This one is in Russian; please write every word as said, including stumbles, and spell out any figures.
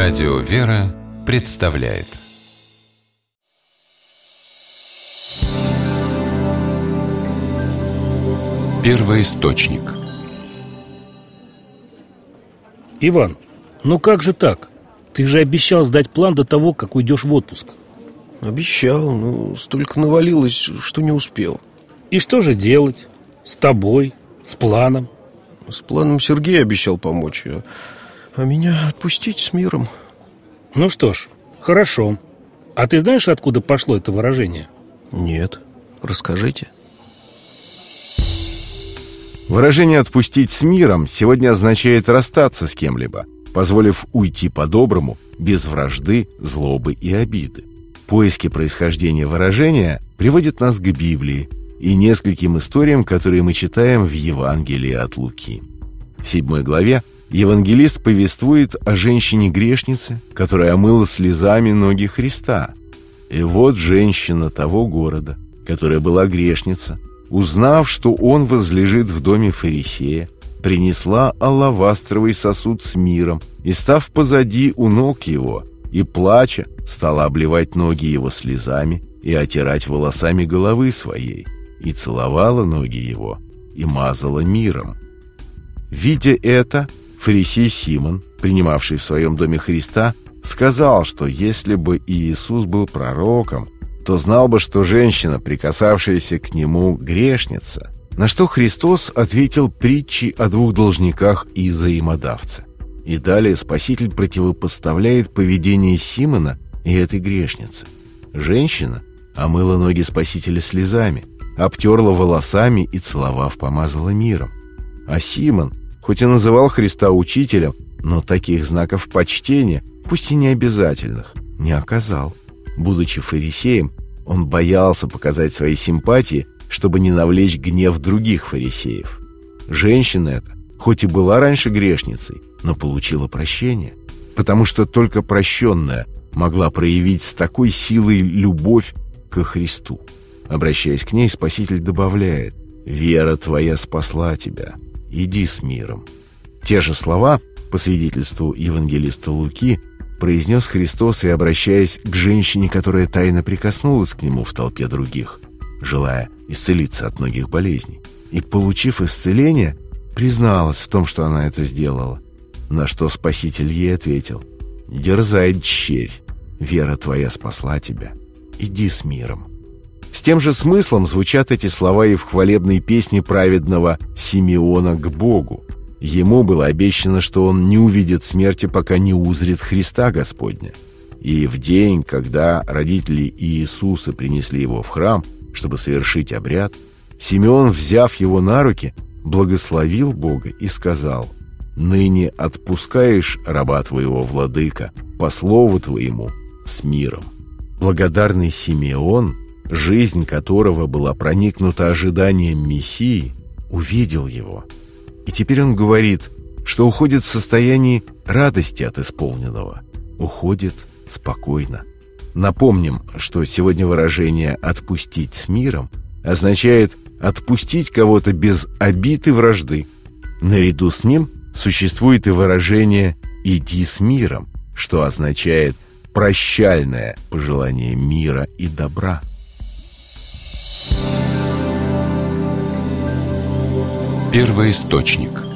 Радио «Вера» представляет Первоисточник. Иван, ну как же так? Ты же обещал сдать план до того, как уйдешь в отпуск. Обещал, но столько навалилось, что не успел. И что же делать? С тобой, с планом? С планом Сергей обещал помочь, а, а меня отпустить с миром. Ну что ж, хорошо. А ты знаешь, откуда пошло это выражение? Нет, расскажите. Выражение «отпустить с миром» сегодня означает расстаться с кем-либо, позволив уйти по-доброму, без вражды, злобы и обиды. Поиски происхождения выражения приводят нас к Библии и нескольким историям, которые мы читаем в Евангелии от Луки. В седьмой главе евангелист повествует о женщине-грешнице, которая омыла слезами ноги Христа. И вот женщина того города, которая была грешница, узнав, что он возлежит в доме фарисея, принесла алавастровый сосуд с миром и, став позади у ног его, и, плача, стала обливать ноги его слезами и отирать волосами головы своей, и целовала ноги его, и мазала миром. Видя это, фарисей Симон, принимавший в своем доме Христа, сказал, что если бы Иисус был пророком, то знал бы, что женщина, прикасавшаяся к нему, грешница. На что Христос ответил притчей о двух должниках и взаимодавце. И далее Спаситель противопоставляет поведение Симона и этой грешницы. Женщина омыла ноги Спасителя слезами, обтерла волосами и, целовав, помазала миром. А Симон, хоть и называл Христа учителем, но таких знаков почтения, пусть и не обязательных, не оказал. Будучи фарисеем, он боялся показать свои симпатии, чтобы не навлечь гнев других фарисеев. Женщина эта, хоть и была раньше грешницей, но получила прощение, потому что только прощенная могла проявить с такой силой любовь ко Христу. Обращаясь к ней, Спаситель добавляет: «Вера твоя спасла тебя, иди с миром». Те же слова, по свидетельству евангелиста Луки, произнес Христос и обращаясь к женщине, которая тайно прикоснулась к нему в толпе других, желая исцелиться от многих болезней. И, получив исцеление, призналась в том, что она это сделала. На что Спаситель ей ответил: «Дерзай, дщерь, вера твоя спасла тебя, иди с миром». С тем же смыслом звучат эти слова и в хвалебной песне праведного Симеона к Богу. Ему было обещано, что он не увидит смерти, пока не узрит Христа Господня. И в день, когда родители Иисуса принесли его в храм, чтобы совершить обряд, Симеон, взяв его на руки, благословил Бога и сказал: «Ныне отпускаешь раба твоего, владыка, по слову твоему, с миром». Благодарный Симеон, жизнь которого была проникнута ожиданием Мессии, увидел его. И теперь он говорит, что уходит в состоянии радости от исполненного, уходит спокойно. Напомним, что сегодня выражение «отпустить с миром» означает отпустить кого-то без обид и вражды. Наряду с ним существует и выражение «иди с миром», что означает прощальное пожелание мира и добра. Первоисточник.